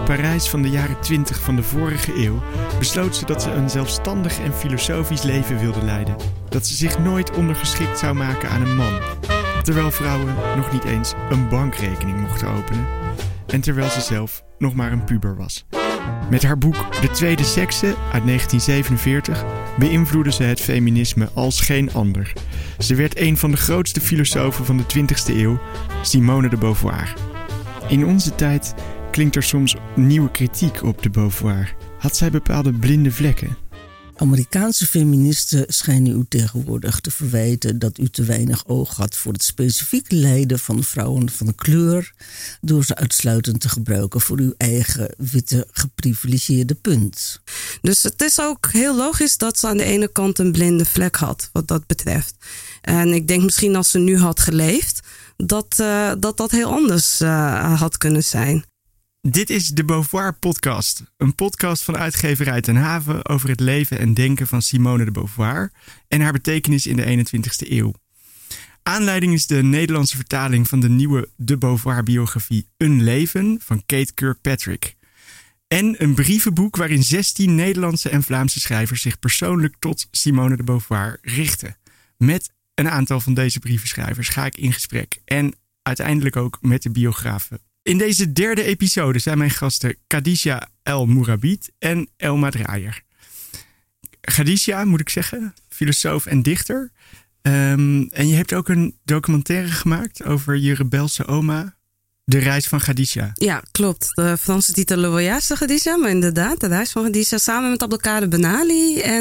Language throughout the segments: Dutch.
Parijs van de jaren 20 van de vorige eeuw besloot ze dat ze een zelfstandig en filosofisch leven wilde leiden. Dat ze zich nooit ondergeschikt zou maken aan een man. Terwijl vrouwen nog niet eens een bankrekening mochten openen. En terwijl ze zelf nog maar een puber was. Met haar boek De Tweede Sekse uit 1947 beïnvloedde ze het feminisme als geen ander. Ze werd een van de grootste filosofen van de 20e eeuw, Simone de Beauvoir. In onze tijd klinkt er soms nieuwe kritiek op de Beauvoir. Had zij bepaalde blinde vlekken? Amerikaanse feministen schijnen u tegenwoordig te verwijten dat u te weinig oog had voor het specifieke lijden van vrouwen van kleur, door ze uitsluitend te gebruiken voor uw eigen witte geprivilegeerde punt. Dus het is ook heel logisch dat ze aan de ene kant een blinde vlek had, wat dat betreft. En ik denk misschien als ze nu had geleefd, dat heel anders had kunnen zijn. Dit is de Beauvoir-podcast. Een podcast van uitgeverij Ten Haven over het leven en denken van Simone de Beauvoir en haar betekenis in de 21ste eeuw. Aanleiding is de Nederlandse vertaling van de nieuwe De Beauvoir-biografie Een Leven van Kate Kirkpatrick. En een brievenboek waarin 16 Nederlandse en Vlaamse schrijvers zich persoonlijk tot Simone de Beauvoir richten. Met een aantal van deze brievenschrijvers ga ik in gesprek en uiteindelijk ook met de biografen. In deze derde episode zijn mijn gasten Khadija El Mourabit en Elma Draaier. Khadija, moet ik zeggen, filosoof en dichter. En je hebt ook een documentaire gemaakt over je rebelse oma, De Reis van Khadija. Ja, klopt. De Franse titel Le Voyage de Khadija, maar inderdaad, De Reis van Khadija, samen met Abdelkader Benali. En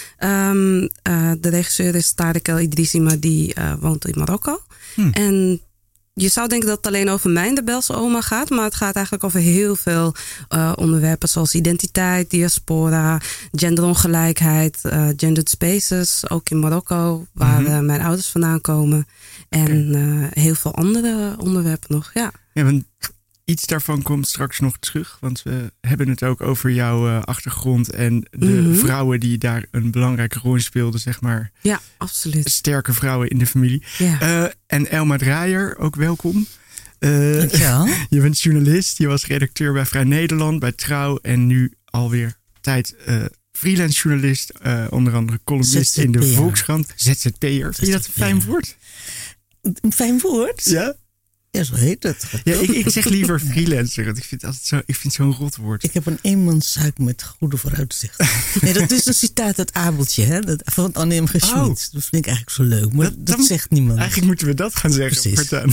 de regisseur is Tarek El Idrissi, maar die woont in Marokko. En je zou denken dat het alleen over mijn rebelse oma gaat, maar het gaat eigenlijk over heel veel onderwerpen zoals identiteit, diaspora, genderongelijkheid, gendered spaces, ook in Marokko, waar mijn ouders vandaan komen. En heel veel andere onderwerpen nog, ja. Ja, want iets daarvan komt straks nog terug, want we hebben het ook over jouw achtergrond en de vrouwen die daar een belangrijke rol in speelden, zeg maar. Ja, absoluut. Sterke vrouwen in de familie. Ja. En Elma Draaier, ook welkom. Dankjewel. Je bent journalist, je was redacteur bij Vrij Nederland, bij Trouw en nu alweer tijd freelance journalist, onder andere columnist in de Volkskrant. ZZP'er. Vind je dat een fijn woord? Een fijn woord? Ja. Ja, zo heet het. Ja, ik zeg liever freelancer. Want ik vind het zo'n rot woord. Ik heb een eenmanszaak met goede vooruitzichten. Nee, dat is een citaat uit Abeltje, hè? Van Anne M. G. Schmid. Dat vind ik eigenlijk zo leuk. Maar dat zegt niemand. Eigenlijk moeten we dat gaan zeggen.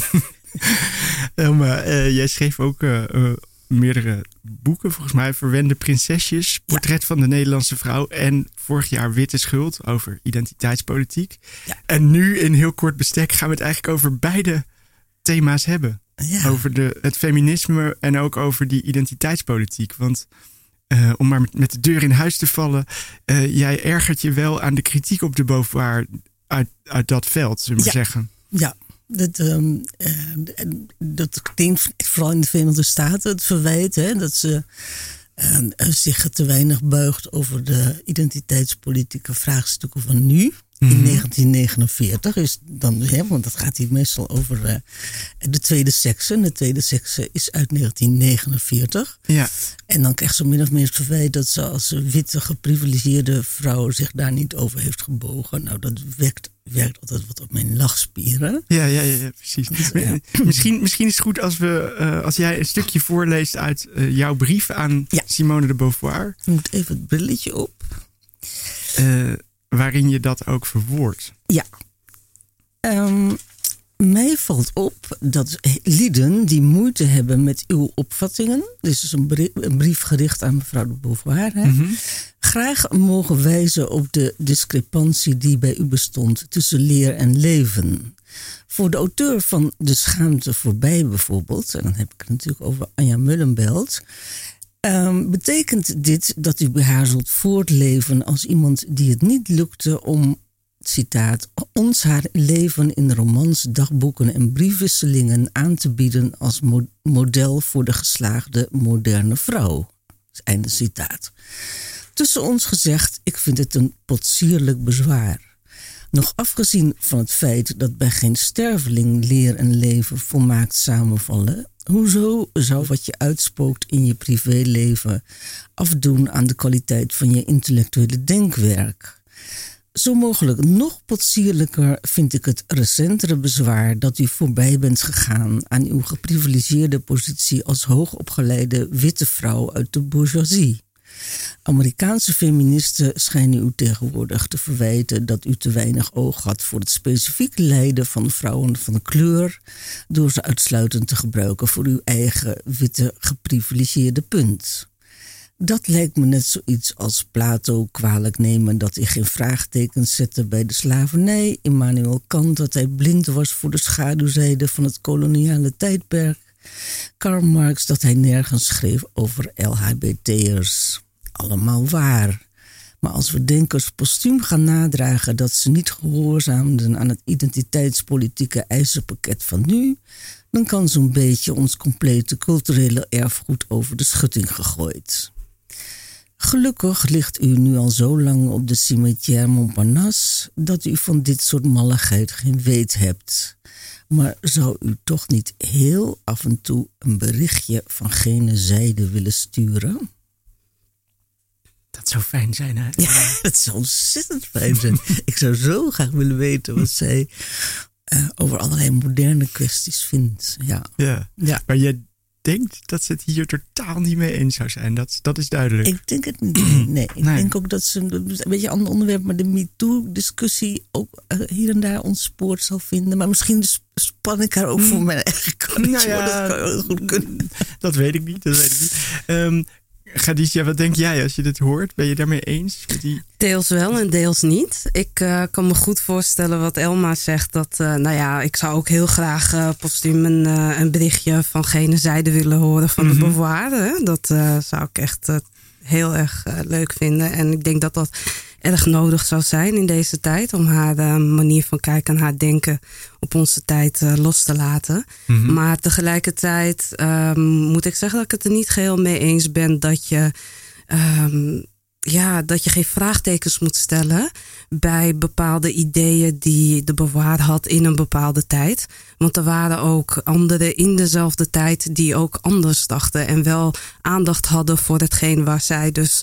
Maar jij schreef ook meerdere boeken, volgens mij. Verwende prinsesjes, Portret van de Nederlandse vrouw en vorig jaar Witte schuld over identiteitspolitiek. Ja. En nu in heel kort bestek gaan we het eigenlijk over beide thema's hebben. Ja. Over het feminisme en ook over die identiteitspolitiek. Want om maar met de deur in huis te vallen, jij ergert je wel aan de kritiek op de Beauvoir uit dat veld, zullen we maar zeggen. Ja. Dat klinkt vooral in de Verenigde Staten het verwijt, hè, dat ze zich te weinig buigt over de identiteitspolitieke vraagstukken van nu. In 1949 is dan, want dat gaat hier meestal over de tweede sekse. De tweede sekse is uit 1949. Ja. En dan krijgt ze min of meer het verwijt dat ze als witte geprivilegeerde vrouw zich daar niet over heeft gebogen. Nou, dat werkt altijd wat op mijn lachspieren. Ja, precies. Ja. Misschien is het goed als jij een stukje voorleest uit jouw brief aan Simone de Beauvoir. Ik moet even het brilletje op. Waarin je dat ook verwoordt. Ja. Mij valt op dat lieden die moeite hebben met uw opvattingen, dus is een brief gericht aan mevrouw de Beauvoir, graag mogen wijzen op de discrepantie die bij u bestond tussen leer en leven. Voor de auteur van De Schaamte voorbij bijvoorbeeld, en dan heb ik het natuurlijk over Anja Mullenbelt, betekent dit dat u bij haar zult voortleven als iemand die het niet lukte om, citaat, ons haar leven in romans, dagboeken en briefwisselingen aan te bieden als model voor de geslaagde moderne vrouw? Einde citaat. Tussen ons gezegd, ik vind het een potsierlijk bezwaar. Nog afgezien van het feit dat bij geen sterveling leer en leven volmaakt samenvallen, Hoezo zou wat je uitspookt in je privéleven afdoen aan de kwaliteit van je intellectuele denkwerk? Zo mogelijk nog potsierlijker vind ik het recentere bezwaar dat u voorbij bent gegaan aan uw geprivilegeerde positie als hoogopgeleide witte vrouw uit de bourgeoisie. Amerikaanse feministen schijnen u tegenwoordig te verwijten dat u te weinig oog had voor het specifieke lijden van vrouwen van kleur, door ze uitsluitend te gebruiken voor uw eigen witte geprivilegeerde punt. Dat lijkt me net zoiets als Plato kwalijk nemen dat hij geen vraagtekens zette bij de slavernij, Immanuel Kant dat hij blind was voor de schaduwzijde van het koloniale tijdperk, Karl Marx dat hij nergens schreef over LHBT'ers. Allemaal waar. Maar als we denkers postuum gaan nadragen dat ze niet gehoorzaamden aan het identiteitspolitieke eisenpakket van nu, dan kan zo'n beetje ons complete culturele erfgoed over de schutting gegooid. Gelukkig ligt u nu al zo lang op de cimetière Montparnasse dat u van dit soort malligheid geen weet hebt. Maar zou u toch niet heel af en toe een berichtje van gene zijde willen sturen? Dat zou fijn zijn, hè? Ja, dat zou ontzettend fijn zijn. Ik zou zo graag willen weten wat zij over allerlei moderne kwesties vindt. Ja. Maar je denkt dat ze het hier totaal niet mee eens zou zijn. Dat is duidelijk. Ik denk het niet. Nee. Ik denk ook dat ze een beetje een ander onderwerp, maar de MeToo-discussie ook hier en daar ontspoord zal vinden. Maar misschien span ik haar ook voor mijn eigen kant. Nou ja, dat zou heel goed kunnen. Dat weet ik niet. Khadija, wat denk jij als je dit hoort? Ben je daarmee eens? Met die... Deels wel en deels niet. Ik kan me goed voorstellen wat Elma zegt. Dat, ik zou ook heel graag postuum een berichtje van gene zijde willen horen van de Beauvoir. Dat zou ik echt heel erg leuk vinden. En ik denk dat dat erg nodig zou zijn in deze tijd. Om haar manier van kijken en haar denken op onze tijd los te laten. Mm-hmm. Maar tegelijkertijd moet ik zeggen dat ik het er niet geheel mee eens ben dat je geen vraagtekens moet stellen bij bepaalde ideeën die de Beauvoir had in een bepaalde tijd. Want er waren ook anderen in dezelfde tijd die ook anders dachten en wel aandacht hadden voor hetgeen waar zij dus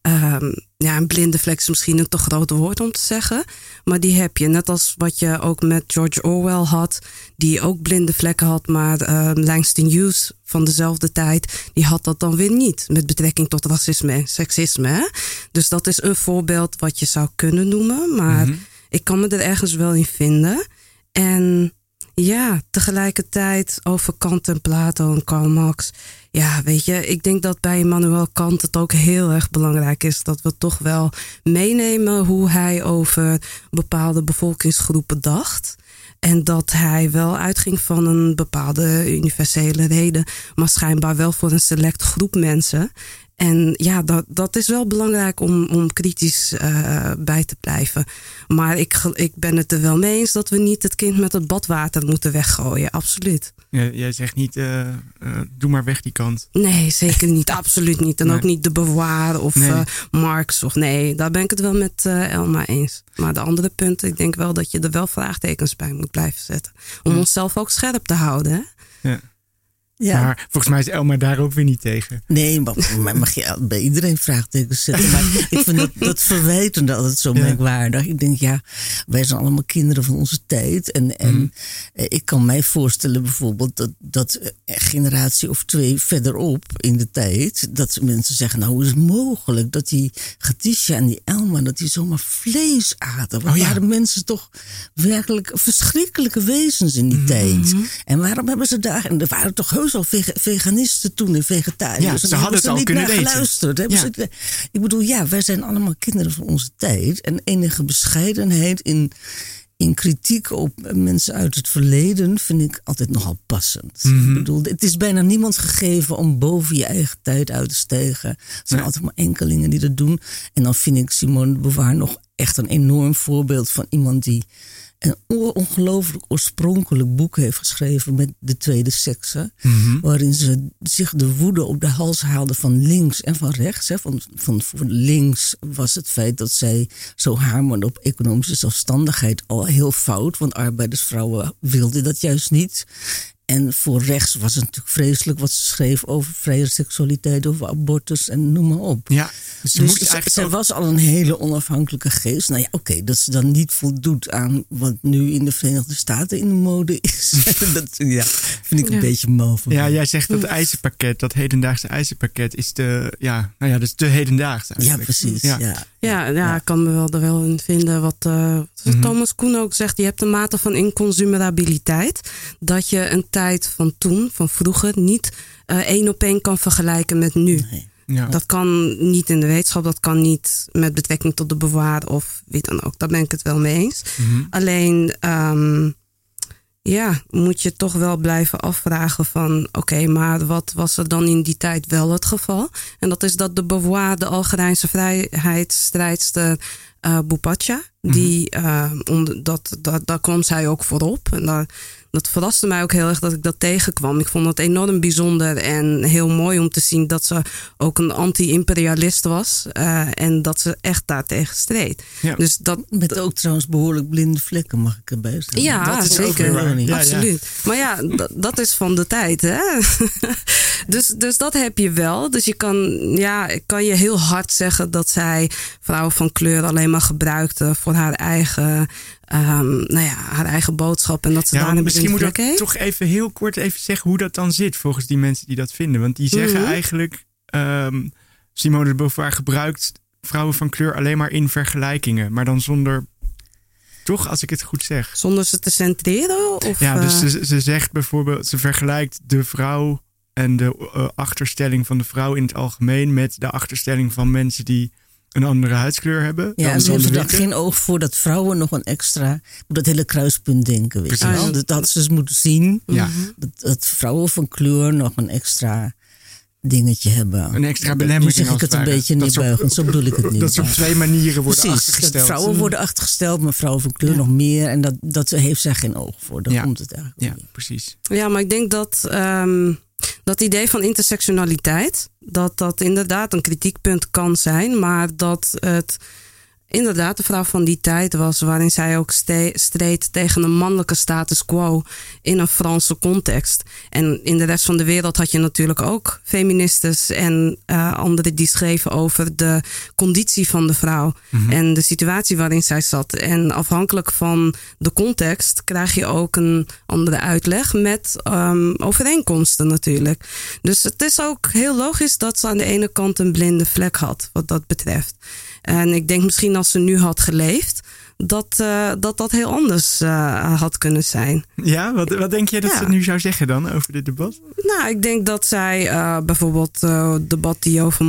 een blinde vlek is misschien een te groot woord om te zeggen. Maar die heb je. Net als wat je ook met George Orwell had. Die ook blinde vlekken had. Maar Langston Hughes van dezelfde tijd. Die had dat dan weer niet. Met betrekking tot racisme en seksisme. Hè? Dus dat is een voorbeeld wat je zou kunnen noemen. Maar ik kan me er ergens wel in vinden. En ja, tegelijkertijd over Kant en Plato en Karl Marx. Ja, weet je, ik denk dat bij Immanuel Kant het ook heel erg belangrijk is dat we toch wel meenemen hoe hij over bepaalde bevolkingsgroepen dacht. En dat hij wel uitging van een bepaalde universele reden, maar schijnbaar wel voor een select groep mensen. En ja, dat is wel belangrijk om kritisch bij te blijven. Maar ik ben het er wel mee eens dat we niet het kind met het badwater moeten weggooien. Absoluut. Ja, jij zegt niet, doe maar weg die kant. Nee, zeker niet. Absoluut niet. En ook niet de Beauvoir of Marx. Daar ben ik het wel met Elma eens. Maar de andere punten, ik denk wel dat je er wel vraagtekens bij moet blijven zetten. Om onszelf ook scherp te houden. Hè? Ja. Ja. Maar volgens mij is Elma daar ook weer niet tegen. Nee, maar mag je bij iedereen vraagtekens zetten. Maar ik vind dat verwijtende altijd zo merkwaardig. Ik denk, wij zijn allemaal kinderen van onze tijd. En ik kan mij voorstellen bijvoorbeeld dat een generatie of 2 verderop in de tijd, dat mensen zeggen, nou hoe is het mogelijk dat die Khadija en die Elma, dat die zomaar vlees aten? Want waren mensen toch werkelijk verschrikkelijke wezens in die tijd? En waarom hebben ze daar, en er waren toch heus al veganisten toen en vegetariërs. Ja, ze hadden het al kunnen weten. Geluisterd. Ik bedoel, wij zijn allemaal kinderen van onze tijd. En enige bescheidenheid in kritiek op mensen uit het verleden vind ik altijd nogal passend. Ik bedoel, het is bijna niemand gegeven om boven je eigen tijd uit te stijgen. Er zijn altijd maar enkelingen die dat doen. En dan vind ik Simone de Beauvoir nog echt een enorm voorbeeld van iemand die een ongelooflijk oorspronkelijk boek heeft geschreven met de tweede sekse. Waarin ze zich de woede op de hals haalde van links en van rechts. Hè. Van voor links was het feit dat zij zo hamerde op economische zelfstandigheid al heel fout. Want arbeidersvrouwen wilden dat juist niet. En voor rechts was het natuurlijk vreselijk wat ze schreef over vrije seksualiteit, over abortus en noem maar op. Ja, dus ze was al een hele onafhankelijke geest. Nou ja, oké, dat ze dan niet voldoet aan wat nu in de Verenigde Staten in de mode is. Dat vind ik een beetje mal van. Ja, jij zegt dat eisenpakket, dat hedendaagse eisenpakket is dat is te hedendaags eigenlijk. Ja, precies. Ja, ik kan me er wel in vinden wat Thomas Kuhn ook zegt. Je hebt een mate van inconsumerabiliteit. Dat je een tijd van toen, van vroeger, niet 1 op 1 kan vergelijken met nu. Nee. Ja. Dat kan niet in de wetenschap, dat kan niet met betrekking tot de Beauvoir of wie dan ook. Daar ben ik het wel mee eens. Alleen moet je toch wel blijven afvragen van oké, maar wat was er dan in die tijd wel het geval? En dat is dat de Beauvoir, de Algerijnse vrijheidsstrijdster Boupatcha, daar kwam zij ook voorop. En dat verraste mij ook heel erg dat ik dat tegenkwam. Ik vond het enorm bijzonder en heel mooi om te zien dat ze ook een anti-imperialist was. En dat ze echt daartegen streed. Ja. Dus dat, met ook trouwens behoorlijk blinde vlekken, mag ik erbij zeggen. Ja, dat is zeker. Ook absoluut. Ja. Maar ja, dat is van de tijd. Hè? dus dat heb je wel. Dus je kan je heel hard zeggen dat zij vrouwen van kleur alleen maar gebruikte voor haar eigen... haar eigen boodschap en dat ze daar een misschien moet ik toch even heel kort even zeggen hoe dat dan zit volgens die mensen die dat vinden. Want die zeggen eigenlijk Simone de Beauvoir gebruikt vrouwen van kleur alleen maar in vergelijkingen, maar dan zonder, toch, als ik het goed zeg. Zonder ze te centreren? Of, ja, dus ze zegt bijvoorbeeld, ze vergelijkt de vrouw en de achterstelling van de vrouw in het algemeen met de achterstelling van mensen die een andere huidskleur hebben. Ja, en ze hebben er geen oog voor dat vrouwen nog een extra, dat hele kruispunt denken. Weet je wel? Dat hadden ze dus moeten zien. Ja. Dat vrouwen van kleur nog een extra dingetje hebben. Een extra belemmering. Nu zeg ik het een beetje neerbuigend, zo bedoel ik het niet. Dat ze op 2 manieren worden achtergesteld. Dat vrouwen worden achtergesteld, maar vrouwen van kleur nog meer. En dat heeft zij geen oog voor. Daar komt het eigenlijk op. Ja, precies. Ja, maar ik denk dat idee van intersectionaliteit, dat inderdaad een kritiekpunt kan zijn, maar dat het inderdaad de vrouw van die tijd was, waarin zij ook streed tegen een mannelijke status quo in een Franse context. En in de rest van de wereld had je natuurlijk ook feministes en anderen die schreven over de conditie van de vrouw en de situatie waarin zij zat. En afhankelijk van de context krijg je ook een andere uitleg met overeenkomsten natuurlijk. Dus het is ook heel logisch dat ze aan de ene kant een blinde vlek had wat dat betreft. En ik denk misschien als ze nu had geleefd, dat heel anders had kunnen zijn. Ja, wat denk je dat ze nu zou zeggen dan over dit debat? Nou, ik denk dat zij bijvoorbeeld debat die over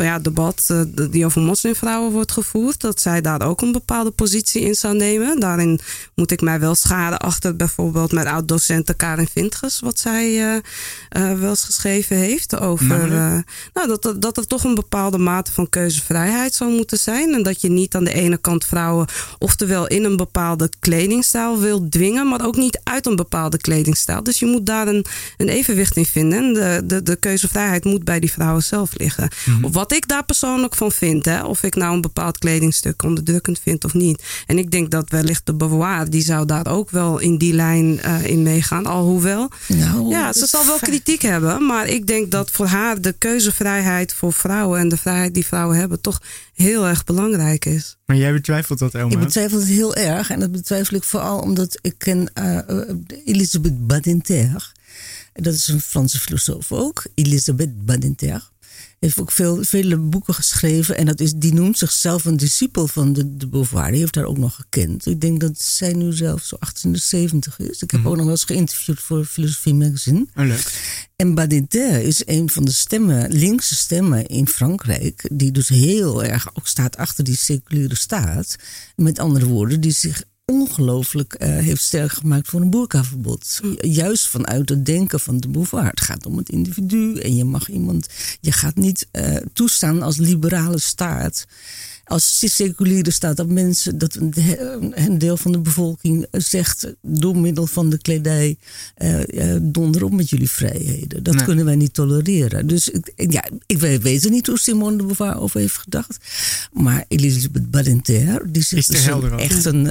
moslimvrouwen wordt gevoerd, dat zij daar ook een bepaalde positie in zou nemen. Daarin moet ik mij wel scharen achter bijvoorbeeld mijn oud-docente Karin Vintges, wat zij wel eens geschreven heeft over dat er toch een bepaalde mate van keuzevrijheid zou moeten zijn. En dat je niet aan de ene kant vrouwen oftewel in een bepaalde kledingstijl wil dwingen, maar ook niet uit een bepaalde kledingstijl. Dus je moet daar een evenwicht in vinden. En de keuzevrijheid moet bij die vrouwen zelf liggen. Wat ik daar persoonlijk van vind, hè, of ik nou een bepaald kledingstuk onderdrukkend vind of niet. En ik denk dat wellicht de Beauvoir, die zou daar ook wel in die lijn in meegaan. Alhoewel, ze zal wel kritiek hebben, maar ik denk dat voor haar de keuzevrijheid voor vrouwen en de vrijheid die vrouwen hebben toch heel erg belangrijk is. Maar jij betwijfelt dat, Elma? Ik betwijfel het heel erg. En dat betwijfel ik vooral omdat ik ken Elisabeth Badinter. Dat is een Franse filosoof ook. Elisabeth Badinter. Heeft ook vele boeken geschreven. En die noemt zichzelf een discipel van de Beauvoir. Die heeft haar ook nog gekend. Ik denk dat zij nu zelf zo 78 is. Ik heb ook nog wel eens geïnterviewd voor Philosophie Magazine. Oh, leuk. En Badinter is een van de linkse stemmen in Frankrijk, die dus heel erg ook staat achter die seculiere staat. Met andere woorden, die zich ongelooflijk heeft sterk gemaakt voor een boerkaverbod. Juist vanuit het denken van de Beauvoir. Het gaat om het individu en je gaat niet toestaan als liberale staat, als seculiere staat, dat een deel van de bevolking zegt door middel van de kledij, donder op met jullie vrijheden. Dat kunnen wij niet tolereren. Dus wij weten niet hoe Simone de Beauvoir over heeft gedacht. Maar Elisabeth Badinter, die zegt dus echt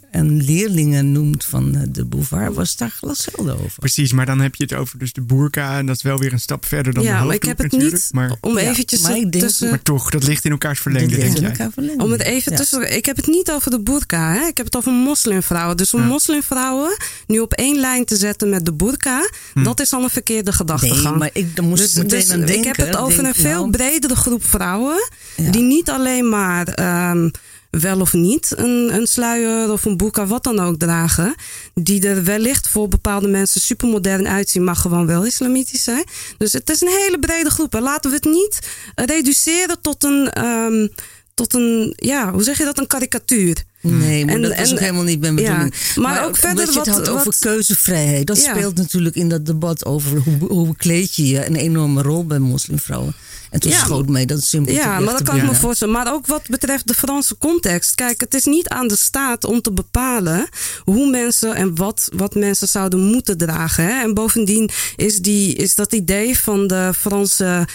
en leerlingen noemt van de Beauvoir, was daar glashelder over. Precies, maar dan heb je het over dus de burka. En dat is wel weer een stap verder dan de hoofddoek. Maar ik heb het natuurlijk. niet om eventjes tussen... Maar toch, dat ligt in elkaars verlengde, denk jij. Om het even tussen... Ik heb het niet over de burka. Hè? Ik heb het over moslimvrouwen. Dus om moslimvrouwen nu op één lijn te zetten met de burka, dat is al een verkeerde gedachtegang. Nee, maar ik moest meteen aan denken. Ik heb het over een veel bredere groep vrouwen, die niet alleen maar wel of niet een sluier of een burka, wat dan ook dragen. Die er wellicht voor bepaalde mensen supermodern uitzien, maar gewoon wel islamitisch zijn. Dus het is een hele brede groep. En laten we het niet reduceren tot een hoe zeg je dat, een karikatuur. Nee, maar dat is ook helemaal niet mijn bedoeling. Ja, maar ook verder je het had over keuzevrijheid. Dat speelt natuurlijk in dat debat over hoe kleed je je een enorme rol bij moslimvrouwen. En toen schoot mij dat simpel. Ja, maar dat kan ik me voorstellen. Maar ook wat betreft de Franse context. Kijk, het is niet aan de staat om te bepalen hoe mensen en wat mensen zouden moeten dragen. Hè? En bovendien is dat idee van de Franse...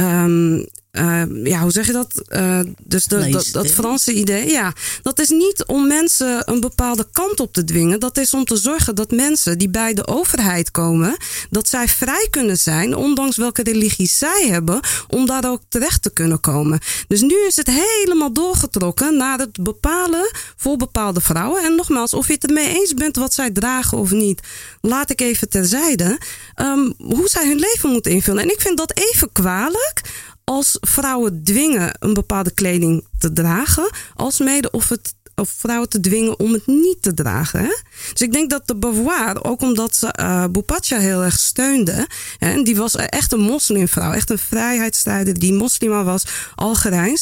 hoe zeg je dat? Dus dat Franse idee. Ja, dat is niet om mensen een bepaalde kant op te dwingen. Dat is om te zorgen dat mensen die bij de overheid komen, dat zij vrij kunnen zijn, ondanks welke religie zij hebben, om daar ook terecht te kunnen komen. Dus nu is het helemaal doorgetrokken naar het bepalen voor bepaalde vrouwen. En nogmaals, of je het ermee eens bent wat zij dragen of niet, laat ik even terzijde. Hoe zij hun leven moeten invullen. En ik vind dat even kwalijk als vrouwen dwingen een bepaalde kleding te dragen, als mede of vrouwen te dwingen om het niet te dragen. Hè? Dus ik denk dat de Beauvoir, ook omdat ze Boupatcha heel erg steunde, en die was echt een moslimvrouw, echt een vrijheidsstrijder die moslima was, Algerijns.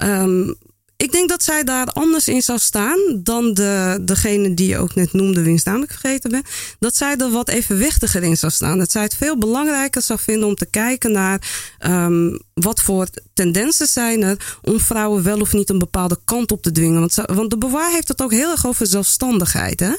Ik denk dat zij daar anders in zou staan dan degene die je ook net noemde, wiens naam ik vergeten ben. Dat zij er wat evenwichtiger in zou staan. Dat zij het veel belangrijker zou vinden om te kijken naar wat voor tendensen zijn er om vrouwen wel of niet een bepaalde kant op te dwingen. Want de Beauvoir heeft het ook heel erg over zelfstandigheid. Hè?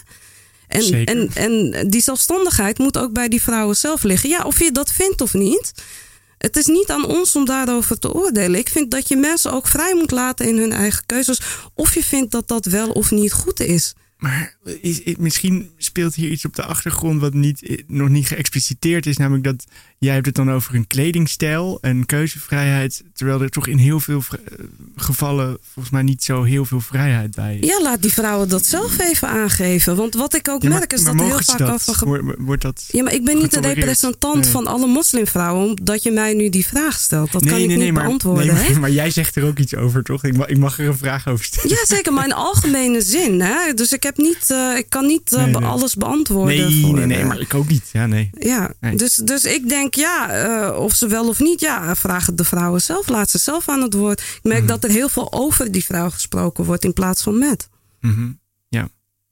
En die zelfstandigheid moet ook bij die vrouwen zelf liggen. Ja, of je dat vindt of niet. Het is niet aan ons om daarover te oordelen. Ik vind dat je mensen ook vrij moet laten in hun eigen keuzes. Of je vindt dat dat wel of niet goed is. Maar misschien speelt hier iets op de achtergrond wat nog niet geëxpliciteerd is. Namelijk dat jij hebt het dan over een kledingstijl en keuzevrijheid. Terwijl er toch in heel veel gevallen volgens mij niet zo heel veel vrijheid bij is. Ja, laat die vrouwen dat zelf even aangeven. Want wat ik ook merk is dat er heel vaak over... Wordt dat... Ja, maar ik ben niet de representant van alle moslimvrouwen, omdat je mij nu die vraag stelt. Dat kan ik niet beantwoorden. Maar jij zegt er ook iets over, toch? Ik mag er een vraag over stellen. Ja, zeker. Maar in algemene zin. Hè? Dus ik kan niet alles beantwoorden. Nee, maar ik ook niet. Ja, nee. Ja, nee. Dus ik denk, of ze wel of niet, vraag het de vrouwen zelf. Laat ze zelf aan het woord. Ik merk dat er heel veel over die vrouw gesproken wordt in plaats van met. Mm-hmm. Ja.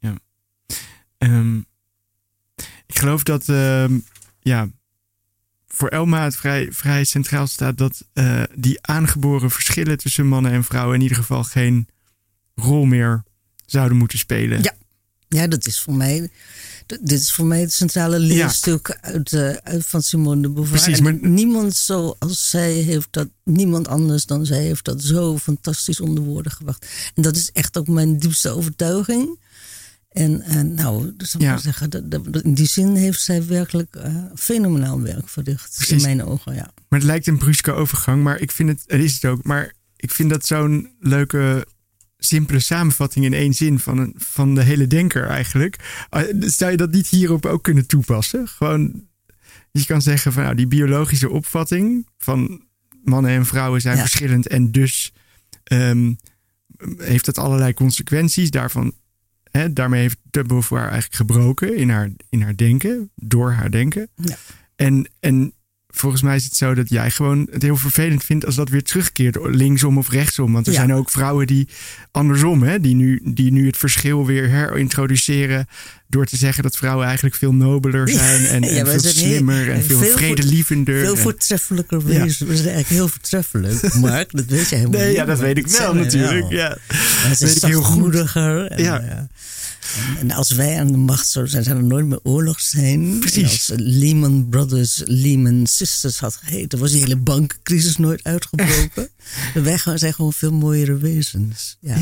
Ik geloof dat voor Elma het vrij centraal staat dat die aangeboren verschillen tussen mannen en vrouwen in ieder geval geen rol meer zouden moeten spelen. Ja, dat is voor mij. Dit is voor mij het centrale leerstuk uit van Simone de Beauvoir. Precies, maar niemand zoals zij heeft dat, niemand anders dan zij heeft dat zo fantastisch onder woorden gebracht. En dat is echt ook mijn diepste overtuiging. En dus ik zeggen, in die zin heeft zij werkelijk fenomenaal werk verricht. Precies. In mijn ogen, ja. Maar het lijkt een bruske overgang, maar ik vind het is het ook. Maar ik vind dat zo'n leuke, simpele samenvatting in één zin van de hele denker eigenlijk. Zou je dat niet hierop ook kunnen toepassen? Gewoon, je kan zeggen van die biologische opvatting van mannen en vrouwen zijn verschillend en dus heeft dat allerlei consequenties. Daarmee heeft de Beauvoir eigenlijk gebroken in haar denken, door haar denken. Ja. En volgens mij is het zo dat jij gewoon het heel vervelend vindt als dat weer terugkeert, linksom of rechtsom. Want er zijn ook vrouwen die andersom, die nu het verschil weer herintroduceren door te zeggen dat vrouwen eigenlijk veel nobeler zijn en veel slimmer en veel vredelievender. Veel voortreffelijker wezen. We zijn eigenlijk heel voortreffelijk, Mark. Dat weet je helemaal niet. Ja, dat weet ik wel natuurlijk. Ja. Dat weet ik heel goediger. En als wij aan de macht zouden zijn, zou er nooit meer oorlog zijn. Precies. En als Lehman Brothers, Lehman Sisters had geheten, was die hele bankencrisis nooit uitgebroken. Wij zijn gewoon veel mooiere wezens. Ja.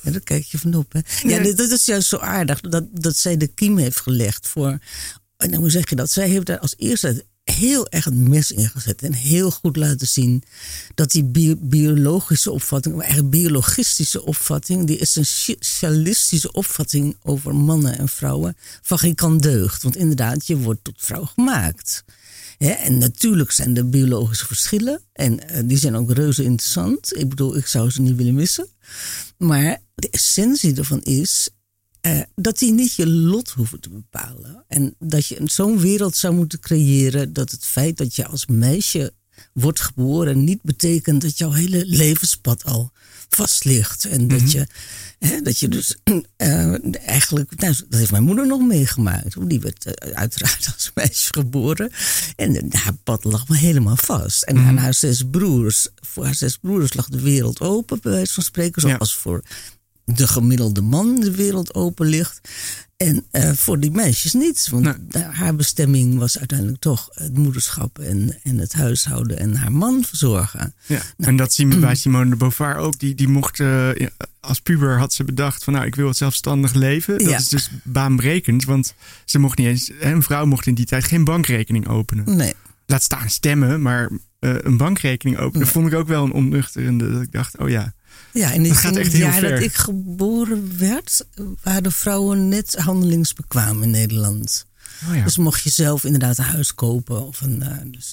Ja, daar kijk je van op. Hè? Ja, dat is juist zo aardig dat zij de kiem heeft gelegd voor. En hoe zeg je dat? Zij heeft daar als eerste heel erg een mes ingezet en heel goed laten zien dat die biologische opvatting, maar eigenlijk biologistische opvatting, die essentialistische opvatting over mannen en vrouwen van geen kant deugt. Want inderdaad, je wordt tot vrouw gemaakt. En natuurlijk zijn er biologische verschillen en die zijn ook reuze interessant. Ik bedoel, ik zou ze niet willen missen. Maar de essentie ervan is dat die niet je lot hoeven te bepalen. En dat je zo'n wereld zou moeten creëren dat het feit dat je als meisje wordt geboren niet betekent dat jouw hele levenspad al vast ligt. En dat je dus eigenlijk, nou, dat heeft mijn moeder nog meegemaakt. Die werd uiteraard als meisje geboren. En haar pad lag wel helemaal vast. En aan haar 6 broers, voor haar 6 broers lag de wereld open, bij wijze van spreken. Zoals voor de gemiddelde man de wereld open ligt. En voor die meisjes niet. Want haar bestemming was uiteindelijk toch het moederschap en het huishouden en haar man verzorgen. Ja. En dat zien we bij Simone de Beauvoir ook. Die mocht, als puber had ze bedacht van ik wil het zelfstandig leven. Dat is dus baanbrekend. Want ze mocht niet eens, een vrouw mocht in die tijd geen bankrekening openen. Nee. Laat staan stemmen, maar een bankrekening openen vond ik ook wel een onnuchterende. Dat ik dacht, ja, en in het jaar dat ik geboren werd, waren vrouwen net handelingsbekwaam in Nederland. Oh ja. Dus mocht je zelf inderdaad een huis kopen. Of dus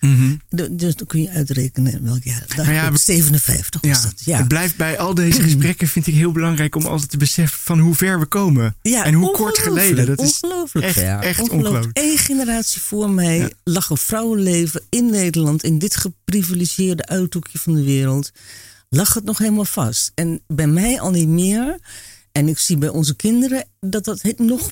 dan kun je uitrekenen in welk jaar. 57 was dat. Ja. Het blijft bij al deze gesprekken, vind ik heel belangrijk om altijd te beseffen van hoe ver we komen. Ja, en hoe kort geleden. Dat is echt ongelooflijk. 1 generatie voor mij lag een vrouwenleven in Nederland, in dit geprivilegeerde uithoekje van de wereld, lag het nog helemaal vast. En bij mij al niet meer. En ik zie bij onze kinderen dat nog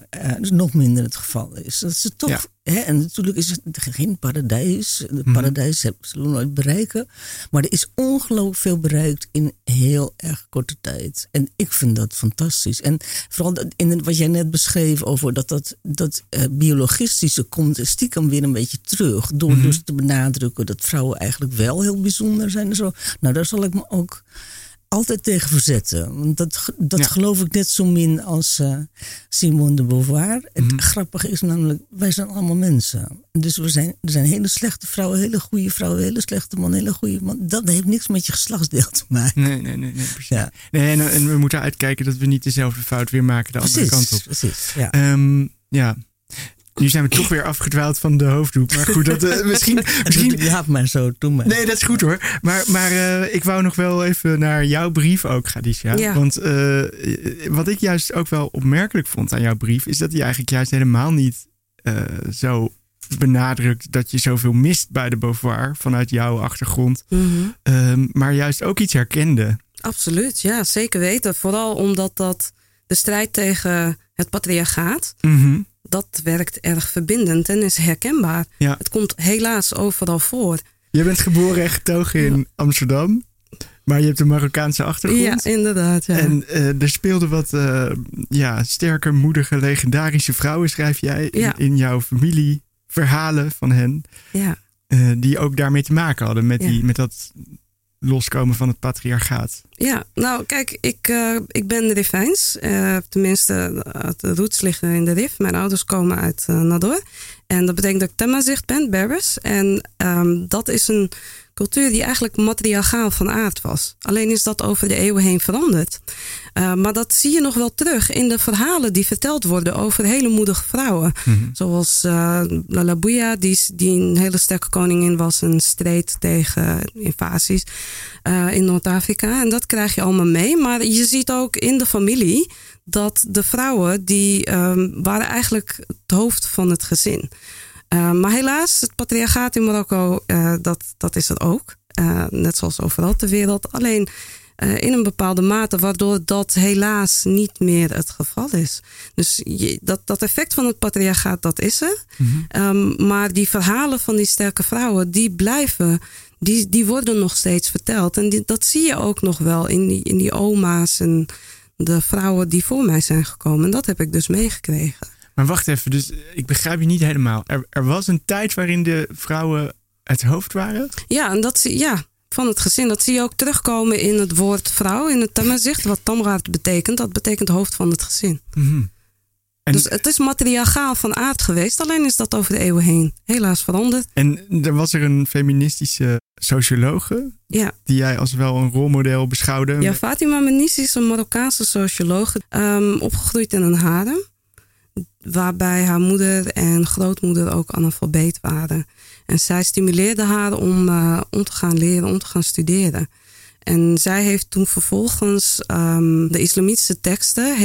minder het geval is. Dat ze toch, en natuurlijk is het geen paradijs. Het paradijs zullen we nooit bereiken. Maar er is ongelooflijk veel bereikt in heel erg korte tijd. En ik vind dat fantastisch. En vooral in wat jij net beschreef over dat biologistische komt stiekem weer een beetje terug. Door dus te benadrukken dat vrouwen eigenlijk wel heel bijzonder zijn en zo. Nou, daar zal ik me ook altijd tegen verzetten. Want dat geloof ik net zo min als Simone de Beauvoir. Het grappige is namelijk, wij zijn allemaal mensen. Dus er zijn hele slechte vrouwen, hele goede vrouwen, hele slechte mannen, hele goede man. Dat heeft niks met je geslachtsdeel te maken. Nee, precies. Ja. Nee, en we moeten uitkijken dat we niet dezelfde fout weer maken de andere kant op. Precies, ja. Nu zijn we toch weer afgedwaald van de hoofddoek. Maar goed, dat misschien. Ja, maar zo, doe maar. Nee, dat is goed hoor. Maar ik wou nog wel even naar jouw brief ook, Khadija. Ja. Want wat ik juist ook wel opmerkelijk vond aan jouw brief, is dat hij eigenlijk juist helemaal niet zo benadrukt dat je zoveel mist bij de Beauvoir vanuit jouw achtergrond. Maar juist ook iets herkende. Absoluut, ja, zeker weten. Vooral omdat dat de strijd tegen het patriarchaat, dat werkt erg verbindend en is herkenbaar. Ja. Het komt helaas overal voor. Je bent geboren en getogen in Amsterdam, maar je hebt een Marokkaanse achtergrond. Ja, inderdaad. Ja. En er speelden wat sterke, moedige, legendarische vrouwen, schrijf jij in jouw familieverhalen van hen. Ja. Die ook daarmee te maken hadden met dat loskomen van het patriarchaat. Ja, nou kijk, ik ben Rifijns. Tenminste, de roots liggen in de Rif. Mijn ouders komen uit Nador. En dat betekent dat ik Tamazight ben, Berbers. En dat is een cultuur die eigenlijk matriarchaal van aard was. Alleen is dat over de eeuwen heen veranderd. Maar dat zie je nog wel terug in de verhalen die verteld worden over hele moedige vrouwen. Zoals Lala Bouya, die een hele sterke koningin was en streed tegen invasies in Noord-Afrika. En dat krijg je allemaal mee. Maar je ziet ook in de familie dat de vrouwen, die waren eigenlijk het hoofd van het gezin. Maar helaas, het patriarchaat in Marokko, dat is er ook. Net zoals overal ter wereld. Alleen in een bepaalde mate, waardoor dat helaas niet meer het geval is. Dus dat effect van het patriarchaat, dat is er. Maar die verhalen van die sterke vrouwen, die blijven, die worden nog steeds verteld. En dat zie je ook nog wel in die oma's en de vrouwen die voor mij zijn gekomen. En dat heb ik dus meegekregen. Maar wacht even, dus ik begrijp je niet helemaal. Er was een tijd waarin de vrouwen het hoofd waren? Ja, en van het gezin. Dat zie je ook terugkomen in het woord vrouw, in het Tamazicht. Wat Tamraat betekent, dat betekent hoofd van het gezin. Mm-hmm. Dus het is matriarchaal van aard geweest. Alleen is dat over de eeuwen heen helaas veranderd. En er was er een feministische sociologe... Ja. Die jij als wel een rolmodel beschouwde. Ja, Fatima Mernissi is een Marokkaanse sociologe. Opgegroeid in een harem. Waarbij haar moeder en grootmoeder ook analfabeet waren. En zij stimuleerde haar om te gaan leren, om te gaan studeren. En zij heeft toen vervolgens de islamitische teksten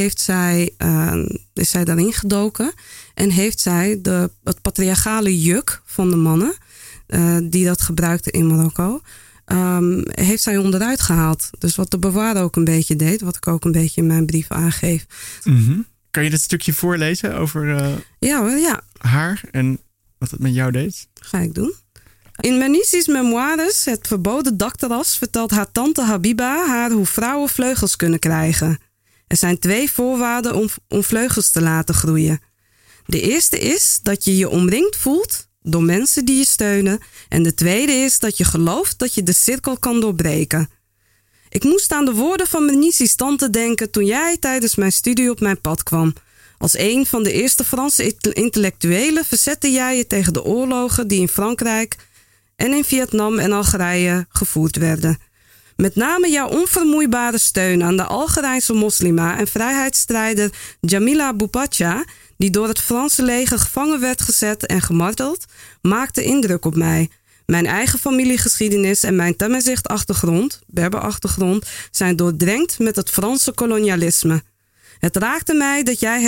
is zij daarin gedoken. En heeft zij het patriarchale juk van de mannen, die dat gebruikten in Marokko, heeft zij onderuit gehaald. Dus wat de bewaarder ook een beetje deed, wat ik ook een beetje in mijn brief aangeef. Mm-hmm. Kan je dat stukje voorlezen over haar en wat het met jou deed? Ga ik doen. In Mernissi's memoires, Het verboden dakterras, vertelt haar tante Habiba haar hoe vrouwen vleugels kunnen krijgen. Er zijn 2 voorwaarden om vleugels te laten groeien. De eerste is dat je je omringd voelt door mensen die je steunen. En de tweede is dat je gelooft dat je de cirkel kan doorbreken. Ik moest aan de woorden van Mernissi's tante denken toen jij tijdens mijn studie op mijn pad kwam. Als een van de eerste Franse intellectuelen verzette jij je tegen de oorlogen die in Frankrijk en in Vietnam en Algerije gevoerd werden. Met name jouw onvermoeibare steun aan de Algerijnse moslima en vrijheidsstrijder Jamila Boupacha, die door het Franse leger gevangen werd gezet en gemarteld, maakte indruk op mij. Mijn eigen familiegeschiedenis en mijn Tamazight-achtergrond, Berber-achtergrond, zijn doordrenkt met het Franse kolonialisme. Het raakte mij dat jij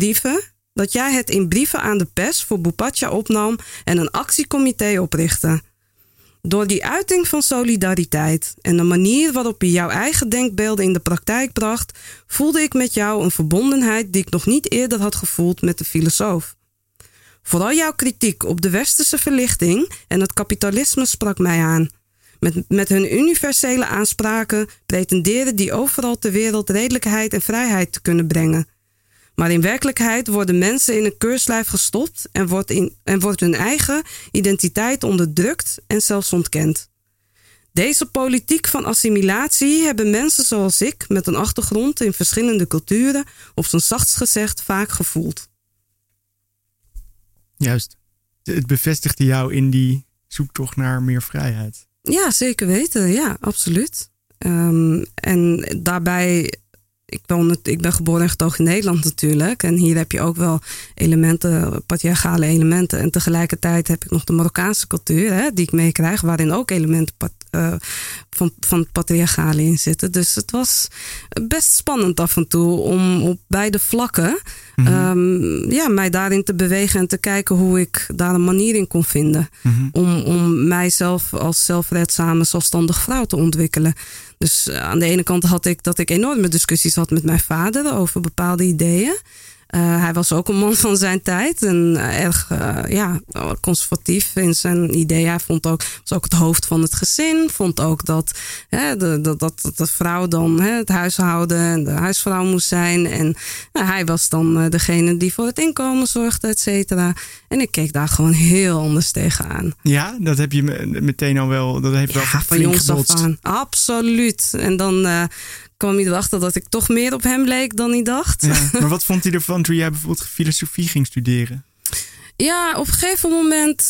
het in brieven aan de pers voor Boupacha opnam en een actiecomité oprichtte. Door die uiting van solidariteit en de manier waarop je jouw eigen denkbeelden in de praktijk bracht, voelde ik met jou een verbondenheid die ik nog niet eerder had gevoeld met de filosoof. Vooral jouw kritiek op de westerse verlichting en het kapitalisme sprak mij aan. Met hun universele aanspraken pretenderen die overal ter wereld redelijkheid en vrijheid te kunnen brengen. Maar in werkelijkheid worden mensen in een keurslijf gestopt en wordt hun eigen identiteit onderdrukt en zelfs ontkend. Deze politiek van assimilatie hebben mensen zoals ik met een achtergrond in verschillende culturen op zijn zachtst gezegd vaak gevoeld. Juist. Het bevestigde jou in die zoektocht naar meer vrijheid. Ja, zeker weten. Ja, absoluut. En daarbij, ik ben geboren en getogen in Nederland natuurlijk. En hier heb je ook wel elementen, patriarchale elementen. En tegelijkertijd heb ik nog de Marokkaanse cultuur, die ik meekrijg, waarin ook elementen van het patriarchale in zitten. Dus het was best spannend af en toe om op beide vlakken mij daarin te bewegen en te kijken hoe ik daar een manier in kon vinden. Om mijzelf als zelfredzame, zelfstandig vrouw te ontwikkelen. Dus aan de ene kant had ik dat ik enorme discussies had met mijn vader over bepaalde ideeën. Hij was ook een man van zijn tijd en erg conservatief in zijn idee. Hij was ook het hoofd van het gezin. Vond ook dat de vrouw dan het huishouden en de huisvrouw moest zijn. En hij was dan degene die voor het inkomen zorgde, et cetera. En ik keek daar gewoon heel anders tegenaan. Ja, dat heb je meteen al wel. Dat heeft wel van jongs af aan. Absoluut. En dan kwam hij erachter dat ik toch meer op hem leek dan hij dacht. Ja, maar wat vond hij ervan toen jij bijvoorbeeld filosofie ging studeren? Ja, op een gegeven moment,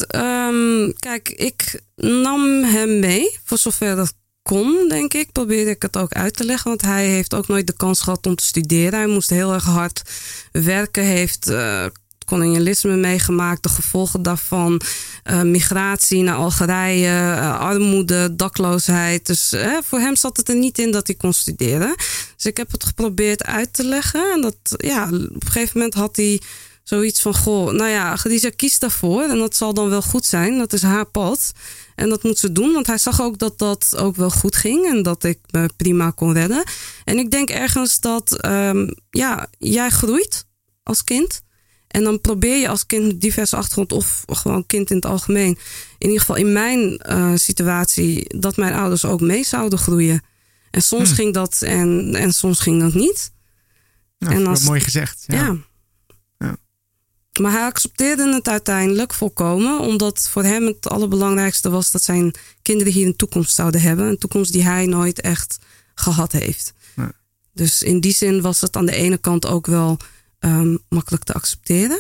ik nam hem mee, voor zover dat kon, denk ik. Probeerde ik het ook uit te leggen, want hij heeft ook nooit de kans gehad om te studeren. Hij moest heel erg hard werken, heeft kolonialisme meegemaakt, de gevolgen daarvan, migratie naar Algerije, armoede, dakloosheid. Dus voor hem zat het er niet in dat hij kon studeren. Dus ik heb het geprobeerd uit te leggen. En dat, op een gegeven moment had hij zoiets van, Khadija, kies daarvoor. En dat zal dan wel goed zijn. Dat is haar pad. En dat moet ze doen. Want hij zag ook dat dat ook wel goed ging. En dat ik me prima kon redden. En ik denk ergens dat, jij groeit als kind. En dan probeer je als kind met diverse achtergrond of gewoon kind in het algemeen. In ieder geval in mijn situatie, dat mijn ouders ook mee zouden groeien. En soms ging dat en soms ging dat niet. Nou, en mooi gezegd. Ja. Maar hij accepteerde het uiteindelijk volkomen. Omdat voor hem het allerbelangrijkste was dat zijn kinderen hier een toekomst zouden hebben. Een toekomst die hij nooit echt gehad heeft. Ja. Dus in die zin was het aan de ene kant ook wel makkelijk te accepteren.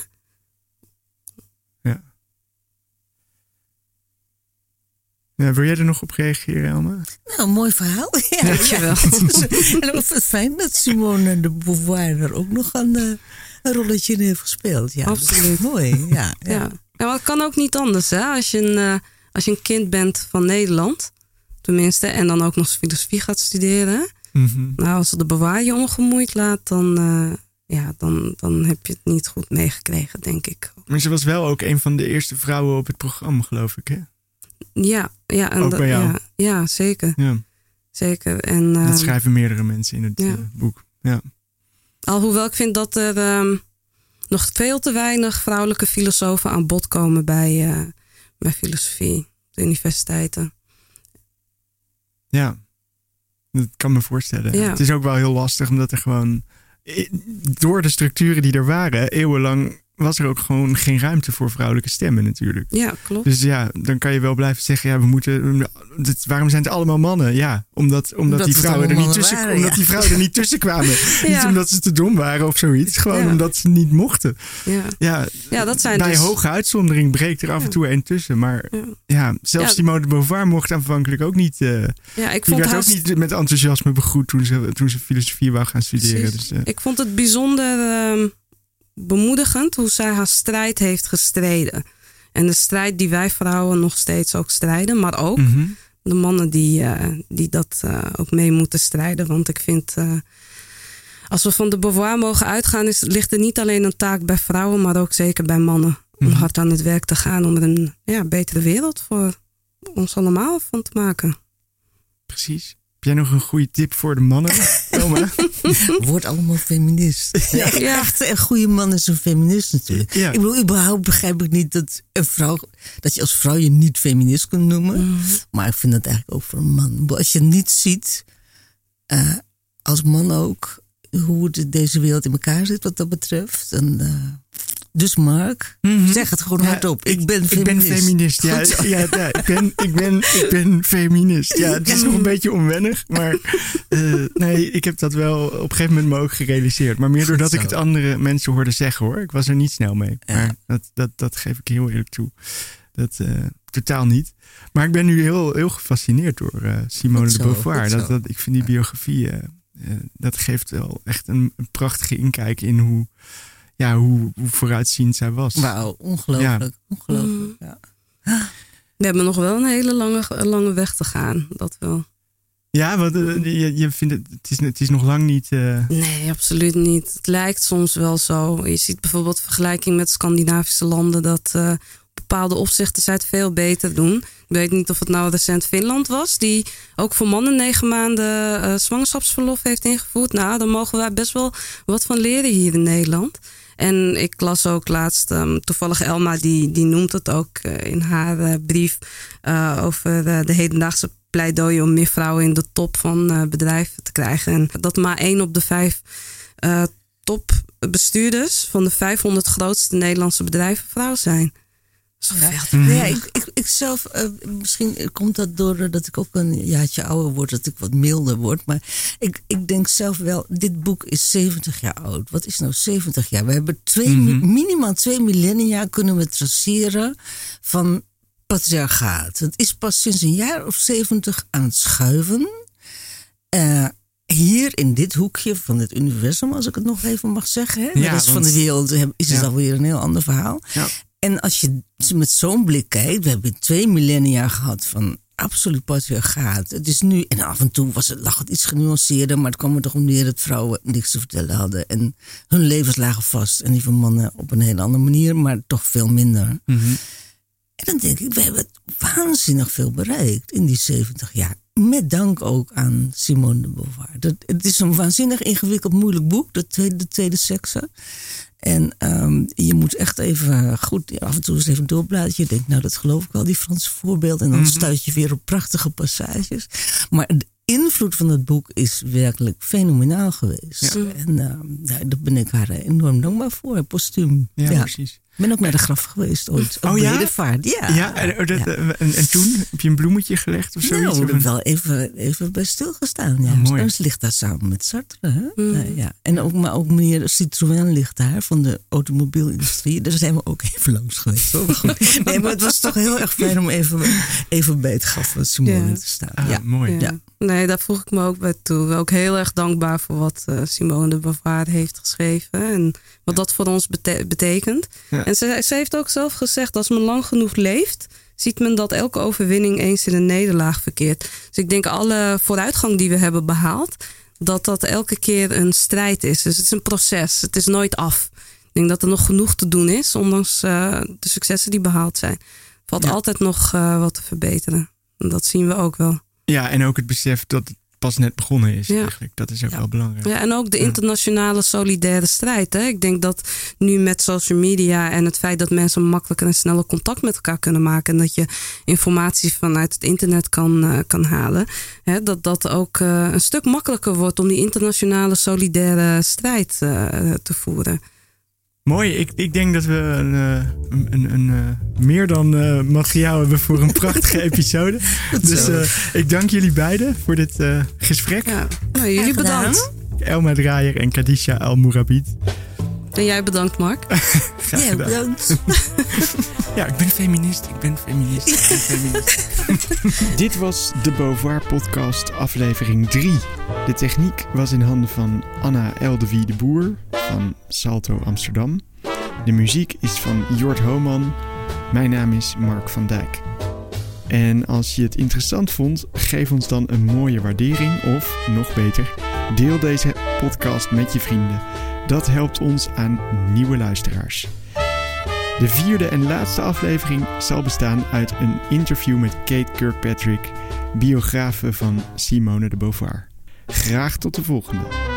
Ja. Ja, wil jij er nog op reageren, Elma? Nou, mooi verhaal. Ja, Dankjewel. En het is fijn dat Simone de Beauvoir er ook nog een rolletje in heeft gespeeld. Ja, absoluut. Mooi, ja. Ja, maar het kan ook niet anders. Hè? Als je een kind bent van Nederland, tenminste, en dan ook nog filosofie gaat studeren. Mm-hmm. Nou, als de Beauvoir je ongemoeid laat, dan heb je het niet goed meegekregen, denk ik. Maar ze was wel ook een van de eerste vrouwen op het programma, geloof ik, hè? Ja, en ook bij jou? Ja, zeker. Ja. Zeker. En, dat schrijven meerdere mensen in het boek. Ja. Alhoewel ik vind dat er nog veel te weinig vrouwelijke filosofen aan bod komen bij filosofie op de universiteiten. Ja, dat kan me voorstellen. Ja. Het is ook wel heel lastig, omdat er gewoon door de structuren die er waren, eeuwenlang was er ook gewoon geen ruimte voor vrouwelijke stemmen natuurlijk. Ja, klopt. Dus ja, dan kan je wel blijven zeggen, ja, waarom zijn het allemaal mannen? Ja, omdat die vrouwen er niet tussen kwamen. Ja. Niet omdat ze te dom waren of zoiets, gewoon omdat ze niet mochten. Ja, dat zijn bij hoge uitzondering breekt er af en toe een tussen. Maar zelfs Simone de Beauvoir mocht aanvankelijk ook niet. Ik vond werd ook niet met enthousiasme begroet toen ze filosofie wou gaan studeren. Dus, ik vond het bijzonder bemoedigend hoe zij haar strijd heeft gestreden. En de strijd die wij vrouwen nog steeds ook strijden. Maar ook de mannen die dat ook mee moeten strijden. Want ik vind, als we van de Beauvoir mogen uitgaan, ligt er niet alleen een taak bij vrouwen, maar ook zeker bij mannen. Om hard aan het werk te gaan om er een betere wereld voor ons allemaal van te maken. Precies. Heb jij nog een goede tip voor de mannen, Elma? Word allemaal feminist. Ja. Echt een goede man is een feminist natuurlijk. Ja. Ik bedoel, überhaupt begrijp ik niet dat je als vrouw je niet feminist kunt noemen. Maar ik vind dat eigenlijk ook voor een man. Als je niet ziet, als man ook, hoe het deze wereld in elkaar zit wat dat betreft. Dus Mark, zeg het gewoon hardop. Ik ben feminist. Ja, ik ben feminist. Ja, het is nog een beetje onwennig. Maar nee, ik heb dat wel op een gegeven moment me ook gerealiseerd. Maar meer doordat ik het andere mensen hoorde zeggen, hoor. Ik was er niet snel mee. Maar dat geef ik heel eerlijk toe. Dat totaal niet. Maar ik ben nu heel gefascineerd door Simone de Beauvoir. Ik vind die biografie, dat geeft wel echt een prachtige inkijk in hoe vooruitziend zij was. Wauw, ongelooflijk. Ja. Ongelooflijk, ja. We hebben nog wel een hele lange weg te gaan, dat wel. Ja, want je vindt het is nog lang niet... Nee, absoluut niet. Het lijkt soms wel zo. Je ziet bijvoorbeeld vergelijking met Scandinavische landen dat bepaalde opzichten zij het veel beter doen. Ik weet niet of het nou recent Finland was, die ook voor mannen 9 maanden zwangerschapsverlof heeft ingevoerd. Nou, daar mogen wij best wel wat van leren hier in Nederland. En ik las ook laatst, toevallig Elma, die noemt het ook in haar brief over de hedendaagse pleidooien om meer vrouwen in de top van bedrijven te krijgen. En dat maar 1 op de 5 topbestuurders van de 500 grootste Nederlandse bedrijven vrouw zijn. Ja, ik zelf, misschien komt dat doordat ik ook een jaartje ouder word, dat ik wat milder word. Maar ik denk zelf wel, dit boek is 70 jaar oud. Wat is nou 70 jaar? We hebben minimaal 2 millennia kunnen we traceren van patriarchaat. Het is pas sinds een jaar of 70 aan het schuiven. Hier in dit hoekje van het universum, als ik het nog even mag zeggen. Hè? De rest van de wereld is het alweer een heel ander verhaal. Ja. En als je met zo'n blik kijkt, we hebben 2 millennia gehad van absoluut patriarchaat. Het is nu, en af en toe lag het iets genuanceerder, maar het kwam er toch om neer dat vrouwen niks te vertellen hadden. En hun levens lagen vast. En die van mannen op een hele andere manier, maar toch veel minder. En dan denk ik, we hebben waanzinnig veel bereikt in die 70 jaar. Met dank ook aan Simone de Beauvoir. Het is een waanzinnig ingewikkeld, moeilijk boek, de tweede sekse. En je moet echt even goed af en toe eens even doorbladeren. Je denkt, nou dat geloof ik wel, die Franse voorbeelden. En dan stuit je weer op prachtige passages. Maar de invloed van het boek is werkelijk fenomenaal geweest. Ja. En daar ben ik haar enorm dankbaar voor, postuum. Ja, precies. Ik ben ook naar de graf geweest ooit. Op bedevaart. Ja. En toen? Heb je een bloemetje gelegd of zoiets? Nou, ik heb wel even bij stilgestaan. Ja. Mooi. Ze ligt daar samen met Sartre. Hè? Ja. En maar ook meneer Citroën ligt daar van de automobielindustrie. Daar zijn we ook even langs geweest. Nee, maar het was toch heel erg fijn om even bij het graf van Simone te staan. Mooi. Ja. Nee, daar voeg ik me ook bij toe. Ook heel erg dankbaar voor wat Simone de Beauvoir heeft geschreven. En wat dat voor ons betekent. Ja. En ze heeft ook zelf gezegd, als men lang genoeg leeft, ziet men dat elke overwinning eens in een nederlaag verkeert. Dus ik denk alle vooruitgang die we hebben behaald, dat elke keer een strijd is. Dus het is een proces. Het is nooit af. Ik denk dat er nog genoeg te doen is, ondanks de successen die behaald zijn. Valt altijd nog wat te verbeteren. En dat zien we ook wel. Ja, en ook het besef dat het pas net begonnen is eigenlijk. Dat is ook wel belangrijk. Ja, en ook de internationale solidaire strijd. Hè? Ik denk dat nu met social media en het feit dat mensen makkelijker en sneller contact met elkaar kunnen maken. En dat je informatie vanuit het internet kan halen. Hè? Dat ook een stuk makkelijker wordt om die internationale solidaire strijd te voeren. Mooi, ik denk dat we een meer dan materiaal hebben voor een prachtige episode. Dus ik dank jullie beiden voor dit gesprek. Ja, nou, jullie bedankt. Elma Draaier en Khadija Al-Mourabit. En jij bedankt, Mark. Graag gedaan. Bedankt. Ja, ik ben feminist. Dit was de Beauvoir podcast aflevering 3. De techniek was in handen van Anna Eldevie de Boer van Salto Amsterdam. De muziek is van Jort Homan. Mijn naam is Mark van Dijk. En als je het interessant vond, geef ons dan een mooie waardering of, nog beter, deel deze podcast met je vrienden. Dat helpt ons aan nieuwe luisteraars. De 4e en laatste aflevering zal bestaan uit een interview met Kate Kirkpatrick, biografe van Simone de Beauvoir. Graag tot de volgende.